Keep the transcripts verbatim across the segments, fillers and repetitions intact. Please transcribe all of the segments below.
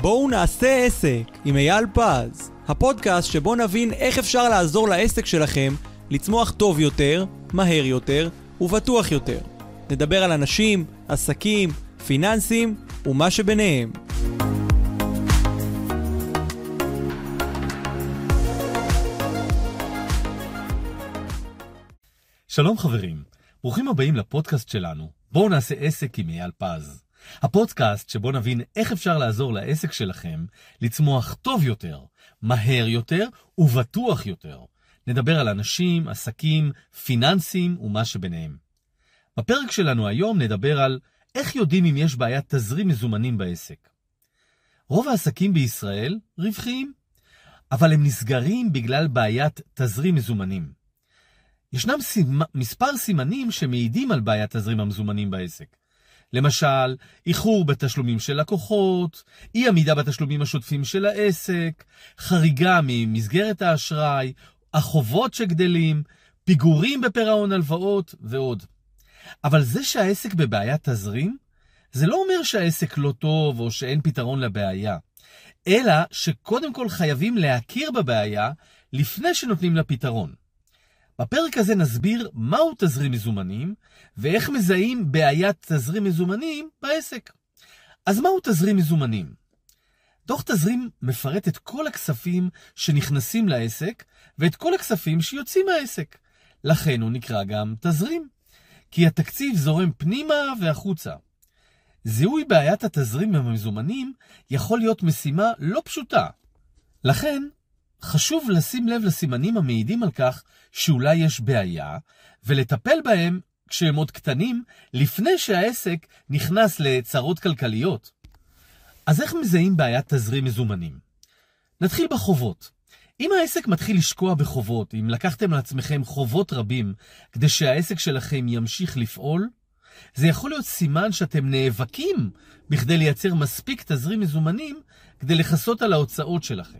בואו נעשה עסק עם אייל פז, הפודקאסט שבו נבין איך אפשר לעזור לעסק שלכם לצמוח טוב יותר, מהר יותר ובטוח יותר. נדבר על אנשים, עסקים, פיננסים ומה שביניהם. שלום חברים, ברוכים הבאים לפודקאסט שלנו. בואו נעשה עסק עם אייל פז. הפודקאסט שבו נבין איך אפשר לעזור לעסק שלכם לצמוח טוב יותר, מהר יותר ובטוח יותר. נדבר על אנשים, עסקים, פיננסים ומה שביניהם. בפרק שלנו היום נדבר על איך יודעים אם יש בעיית תזרים מזומנים בעסק. רוב העסקים בישראל רווחיים, אבל הם נסגרים בגלל בעיית תזרים מזומנים. ישנם סימ... מספר סימנים שמעידים על בעיית תזרים המזומנים בעסק. למשל, איחור בתשלומים של לקוחות, אי עמידה בתשלומים השוטפים של העסק, חריגה ממסגרת האשראי, החובות שגדלים, פיגורים בפירעון הלוואות ועוד. אבל זה שהעסק בבעיית תזרים, זה לא אומר שהעסק לא טוב או שאין פתרון לבעיה, אלא שקודם כל חייבים להכיר בבעיה לפני שנותנים לה פתרון. בפרק הזה נסביר מהו תזרים מזומנים ואיך מזהים בעיית תזרים מזומנים בעסק. אז מהו תזרים מזומנים? דוח תזרים מפרט את כל הכספים שנכנסים לעסק ואת כל הכספים שיוצאים מהעסק. לכן הוא נקרא גם תזרים, כי התקציב זורם פנימה והחוצה. זיהוי בעיית התזרים המזומנים יכול להיות משימה לא פשוטה. לכן חשוב לשים לב לסימנים המעידים על כך שאולי יש בעיה, ולטפל בהם כשהם עוד קטנים, לפני שהעסק נכנס לצרות כלכליות. אז איך מזהים בעיית תזרים מזומנים? נתחיל בחובות. אם העסק מתחיל לשקוע בחובות, אם לקחתם לעצמכם חובות רבים, כדי שהעסק שלכם ימשיך לפעול, זה יכול להיות סימן שאתם נאבקים בכדי לייצר מספיק תזרים מזומנים, כדי לחסות על ההוצאות שלכם.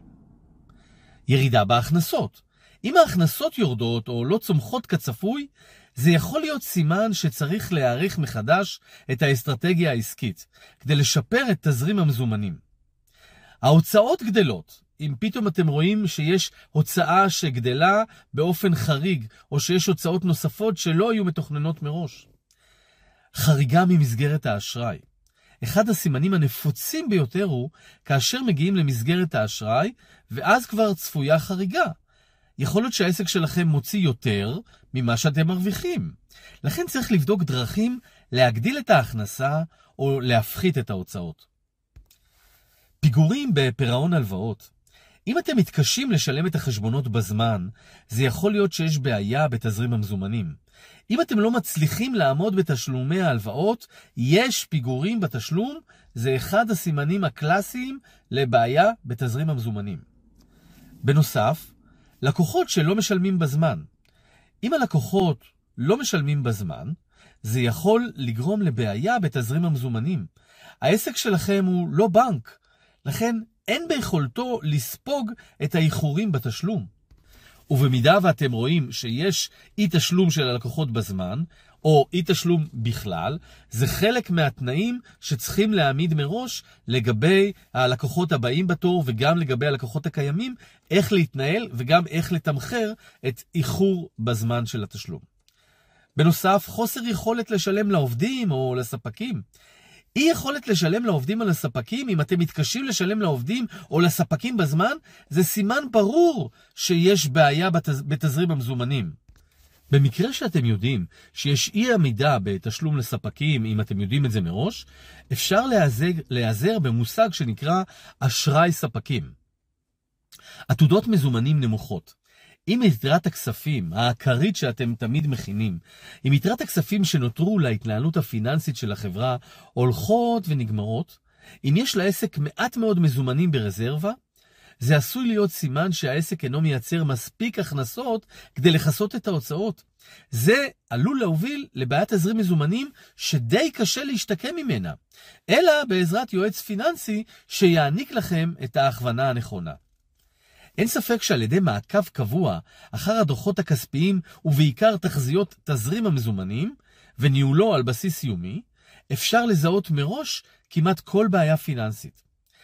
ירידה בהכנסות. אם ההכנסות יורדות או לא צומחות כצפוי, זה יכול להיות סימן שצריך להעריך מחדש את האסטרטגיה העסקית, כדי לשפר את תזרים המזומנים. ההוצאות גדלות. אם פתאום אתם רואים שיש הוצאה שגדלה באופן חריג, או שיש הוצאות נוספות שלא היו מתוכננות מראש. חריגה ממסגרת האשראי. אחד הסימנים הנפוצים ביותר הוא כאשר מגיעים למסגרת האשראי, ואז כבר צפויה חריגה. יכול להיות שהעסק שלכם מוציא יותר ממה שאתם מרוויחים. לכן צריך לבדוק דרכים להגדיל את ההכנסה או להפחית את ההוצאות. פיגורים בפירעון הלוואות. אם אתם מתקשים לשלם את החשבונות בזמן, זה יכול להיות שיש בעיה בתזרים המזומנים. אם אתם לא מצליחים לעמוד בתשלומי ההלוואות, יש פיגורים בתשלום, זה אחד הסימנים הקלאסיים לבעיה בתזרים המזומנים. בנוסף, לקוחות שלא משלמים בזמן. אם הלקוחות לא משלמים בזמן, זה יכול לגרום לבעיה בתזרים המזומנים. העסק שלכם הוא לא בנק, לכן אין ביכולתו לספוג את האיחורים בתשלום. ובמידה ואתם רואים שיש אי תשלום של הלקוחות בזמן, או אי תשלום בכלל, זה חלק מהתנאים שצריכים להעמיד מראש לגבי הלקוחות הבאים בתור, וגם לגבי הלקוחות הקיימים, איך להתנהל וגם איך לתמחר את איחור בזמן של התשלום. בנוסף, חוסר יכולת לשלם לעובדים או לספקים. אי יכולת לשלם לעובדים או לספקים, אם אתם מתקשים לשלם לעובדים או לספקים בזמן, זה סימן ברור שיש בעיה בתז... בתזרים המזומנים. במקרה שאתם יודעים שיש אי עמידה בתשלום לספקים, אם אתם יודעים את זה מראש, אפשר להיעזר, להיעזר במושג שנקרא אשראי ספקים. עתודות מזומנים נמוכות. אם יתרת הכספים, העיקרית שאתם תמיד מכינים, אם יתרת הכספים שנותרו להתנהלות הפיננסית של החברה הולכות ונגמרות, אם יש לעסק מעט מאוד מזומנים ברזרבה, זה עשוי להיות סימן שהעסק אינו מייצר מספיק הכנסות כדי לכסות את ההוצאות. זה עלול להוביל לבעיית תזרים מזומנים שדי קשה להשתקם ממנה, אלא בעזרת יועץ פיננסי שיעניק לכם את ההכוונה הנכונה. אין ספק שעל ידי מעקב קבוע אחר הדוחות הכספיים ובעיקר תחזיות תזרים המזומנים וניהולו על בסיס יומי, אפשר לזהות מראש כמעט כל בעיה פיננסית.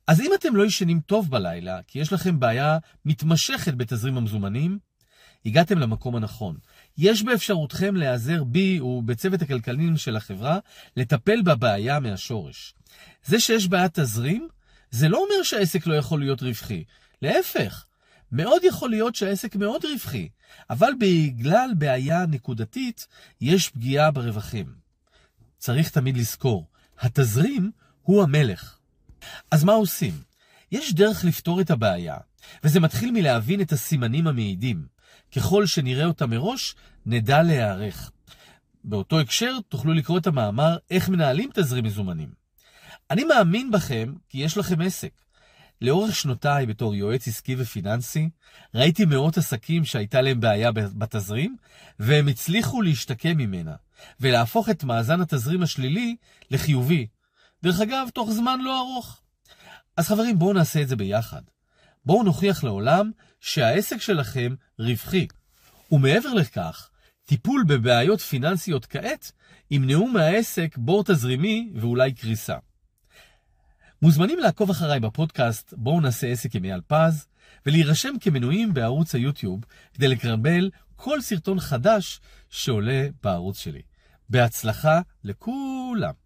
אז אם אתם לא ישנים טוב בלילה, כי יש לכם בעיה מתמשכת בתזרים המזומנים, הגעתם למקום הנכון. יש באפשרותכם להיעזר בי ובצוות הכלכליים של החברה לטפל בבעיה מהשורש. זה שיש בעיית תזרים, זה לא אומר שהעסק לא יכול להיות רווחי. להפך, מאוד יכול להיות שהעסק מאוד רווחי, אבל בגלל בעיה נקודתית יש פגיעה ברווחים. צריך תמיד לזכור, התזרים הוא המלך. אז מה עושים? יש דרך לפתור את הבעיה, וזה מתחיל מלהבין את הסימנים המעידים. ככל שנראה אותה מראש, נדע להיערך. באותו הקשר תוכלו לקרוא את המאמר איך מנהלים תזרים מזומנים. אני מאמין בכם כי יש לכם עסק. לאורך שנותיי בתור יועץ עסקי ופיננסי, ראיתי מאות עסקים שהייתה להם בעיה בתזרים, והם הצליחו להשתקם ממנה, ולהפוך את מאזן התזרים השלילי לחיובי. דרך אגב, תוך זמן לא ארוך. אז חברים, בואו נעשה את זה ביחד. בואו נוכיח לעולם שהעסק שלכם רווחי. ומעבר לכך, טיפול בבעיות פיננסיות כעת ימנעו מהעסק בור תזרימי ואולי קריסה. מוזמנים לעקוב אחריי בפודקאסט בואו נעשה עסק עם אייל פז, ולהירשם כמנויים בערוץ היוטיוב כדי לקבל כל סרטון חדש שעולה בערוץ שלי. בהצלחה לכולם.